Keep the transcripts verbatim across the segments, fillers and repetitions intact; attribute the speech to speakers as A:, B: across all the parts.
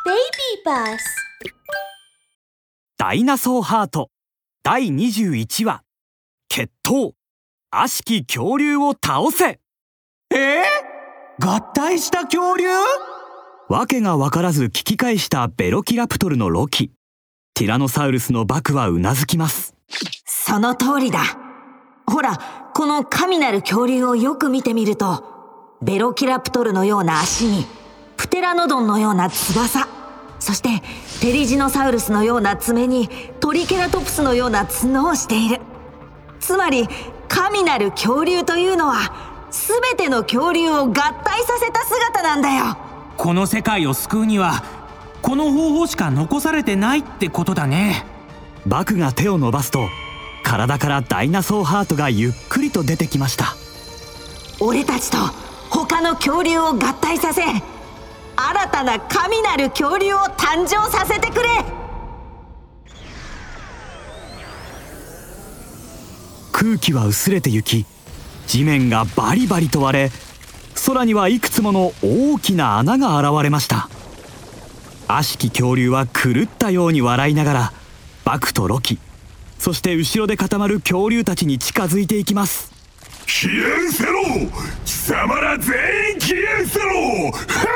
A: Baby Bus
B: ダイナソーハートだいにじゅういちわ決闘悪しき恐竜を倒せ。
C: えー、合体した恐竜？
B: わけがわからず聞き返したベロキラプトルのロキ。ティラノサウルスのバクはうなずきます。
D: その通りだ。ほら、この神なる恐竜をよく見てみると、ベロキラプトルのような足にプテラノドンのような翼、そしてテリジノサウルスのような爪にトリケラトプスのような角をしている。つまり神なる恐竜というのは全ての恐竜を合体させた姿なんだよ。
C: この世界を救うにはこの方法しか残されてないってことだね。
B: バクが手を伸ばすと体からダイナソーハートがゆっくりと出てきました。
D: 俺たちと他の恐竜を合体させ、新たな神なる恐竜を誕生させてくれ。
B: 空気は薄れてゆき、地面がバリバリと割れ、空にはいくつもの大きな穴が現れました。悪しき恐竜は狂ったように笑いながらバクとロキ、そして後ろで固まる恐竜たちに近づいていきます。
E: 消えせろ、貴様ら全員消えせろ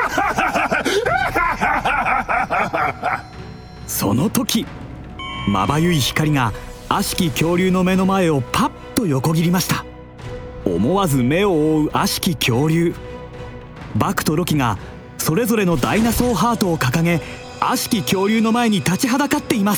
B: その時、まばゆい光が悪しき恐竜の目の前をパッと横切りました。思わず目を覆う悪しき恐竜。バクとロキがそれぞれのダイナソーハートを掲げ、悪しき恐竜の前に立ちはだかっています。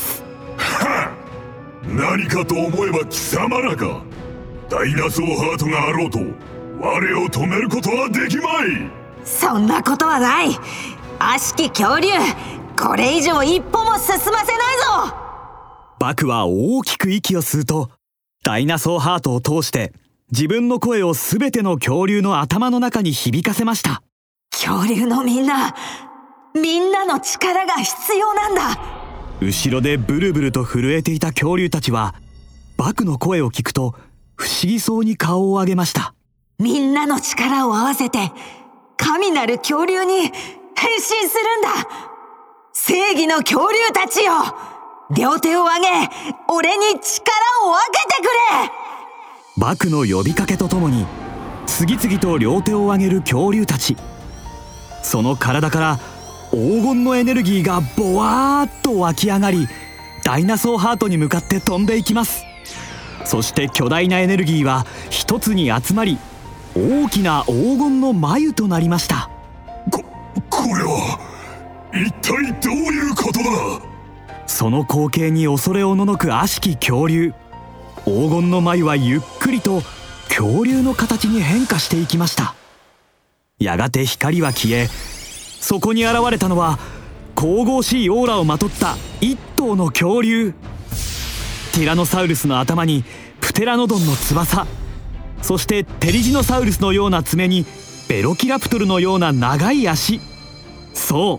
E: 何かと思えば貴様らか。ダイナソーハートがあろうと我を止めることはできまい。
D: そんなことはない。悪しき恐竜、これ以上一歩も進ませないぞ。
B: バクは大きく息を吸うと、ダイナソーハートを通して自分の声をすべての恐竜の頭の中に響かせました。
D: 恐竜のみんな、みんなの力が必要なんだ。
B: 後ろでブルブルと震えていた恐竜たちはバクの声を聞くと不思議そうに顔を上げました。
D: みんなの力を合わせて神なる恐竜に変身するんだ。正義の恐竜たちよ、両手を上げ俺に力を分けてくれ。
B: バクの呼びかけとともに次々と両手を上げる恐竜たち。その体から黄金のエネルギーがボワーッと湧き上がり、ダイナソーハートに向かって飛んでいきます。そして巨大なエネルギーは一つに集まり、大きな黄金の繭となりました。
E: こ、これは一体どういうことだ。
B: その光景に恐れおののく悪しき恐竜。黄金の繭はゆっくりと恐竜の形に変化していきました。やがて光は消え、そこに現れたのは神々しいオーラをまとった一頭の恐竜。ティラノサウルスの頭にプテラノドンの翼、そしてテリジノサウルスのような爪にベロキラプトルのような長い足。そう、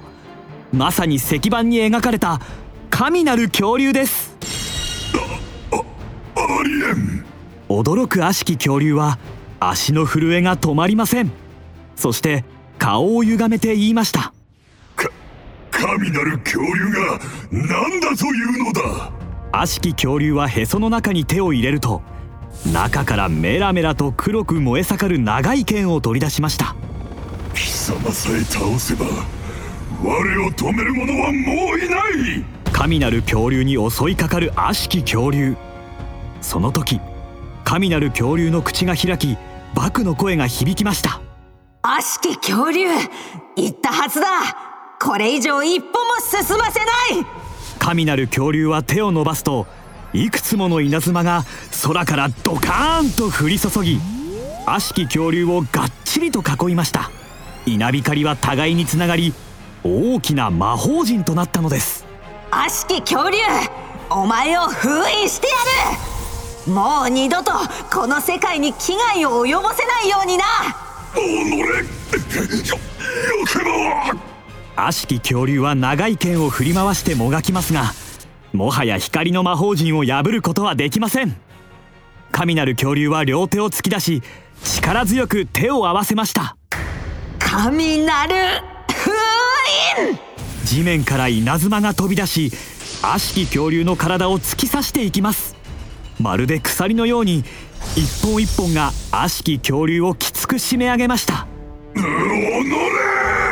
B: まさに石板に描かれた神なる恐竜です。
E: あ、あ、ありえん。
B: 驚く悪しき恐竜は足の震えが止まりません。そして顔を歪めて言いました。
E: か、神なる恐竜が何だというのだ。
B: 悪しき恐竜はへその中に手を入れると、中からメラメラと黒く燃え盛る長い剣を取り出しました。
E: 貴様さえ倒せば我を止める者はもういない。
B: 神なる恐竜に襲いかかる悪しき恐竜。その時、神なる恐竜の口が開き、バクの声が響きました。
D: 悪しき恐竜、言ったはずだ。これ以上一歩も進ませない。
B: 神なる恐竜は手を伸ばすと、いくつもの稲妻が空からドカーンと降り注ぎ、悪しき恐竜をがっちりと囲いました。稲光は互いにつながり、大きな魔法陣となったのです。
D: 悪しき恐竜、お前を封印してやる。もう二度とこの世界に危害を及ぼせないようにな。
E: おのれ、よ、よけば。
B: 悪しき恐竜は長い剣を振り回してもがきますが、もはや光の魔法陣を破ることはできません。神なる恐竜は両手を突き出し、力強く手を合わせました。
D: 神なる封印。
B: 地地面から稲妻が飛び出し、悪しき恐竜の体を突き刺していきます。まるで鎖のように一本一本が悪しき恐竜をきつく締め上げました。
E: おのれ！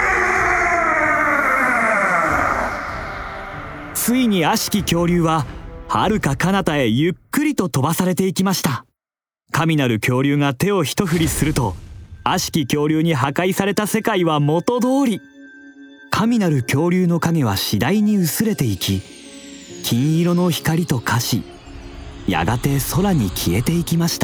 B: ついに悪しき恐竜は遥か彼方へゆっくりと飛ばされていきました。神なる恐竜が手を一振りすると、悪しき恐竜に破壊された世界は元通り。神なる恐竜の影は次第に薄れていき、金色の光と化し、やがて空に消えていきました。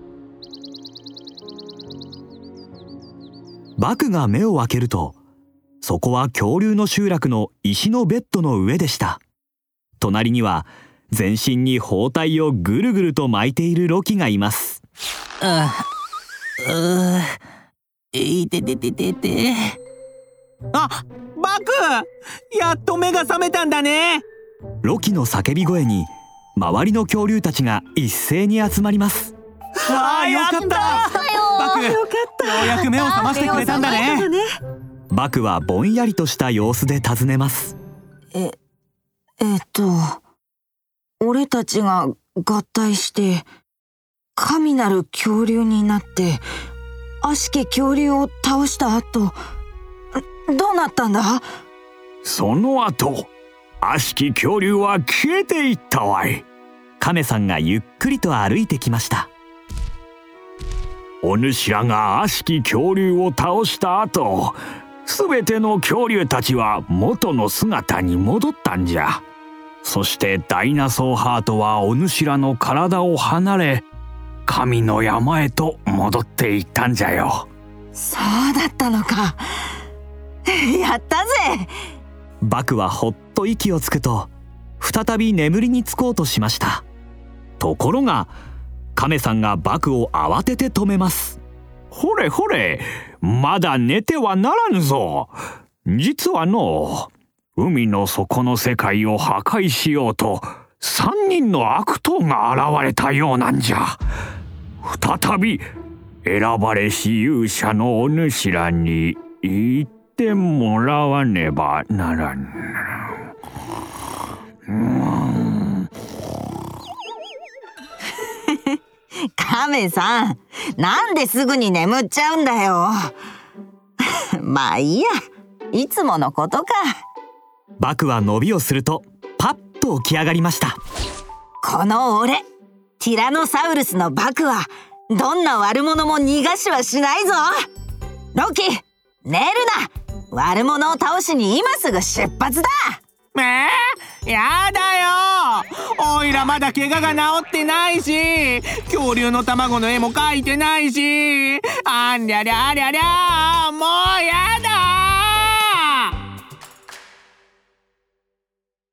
B: バクが目を開けると、そこは恐竜の集落の石のベッドの上でした。隣には全身に包帯をぐるぐると巻いているロキがいます。
C: あういててててて。あ、バク、やっと目が覚めたんだね。
B: ロキの叫び声に周りの恐竜たちが一斉に集まります。
C: ああ、よかった。バク、ようやく目を覚ましてくれたんだね。
B: バクはぼんやりとした様子で尋ねます。
D: え、えっと、俺たちが合体して神なる恐竜になって悪しき恐竜を倒した後、どうなったんだ？
E: その後、悪しき恐竜は消えていったわい。
B: カメさんがゆっくりと歩いてきました。
E: お主らが悪しき恐竜を倒した後、すべての恐竜たちは元の姿に戻ったんじゃ。そしてダイナソーハートはお主らの体を離れ、神の山へと戻っていったんじゃよ。
D: そうだったのか。やったぜ。
B: バクはほっと息をつくと、再び眠りにつこうとしました。ところがカメさんがバクを慌てて止めます。
E: ほれほれ、まだ寝てはならぬぞ。実はの、海の底の世界を破壊しようと三人の悪党が現れたようなんじゃ。再び選ばれし勇者のお主らに言ってもらわねばならぬ。うーん
D: カメさん、なんですぐに眠っちゃうんだよ。まあいいや、いつものことか。
B: バクは伸びをするとパッと起き上がりました。
D: この俺、ティラノサウルスのバクはどんな悪者も逃がしはしないぞ。ロキ、寝るな。悪者を倒しに今すぐ出発だ。
C: えー、やだよ。おいらまだ怪我が治ってないし、恐竜の卵の絵も描いてないし、あんりゃりゃりゃりゃ、もうや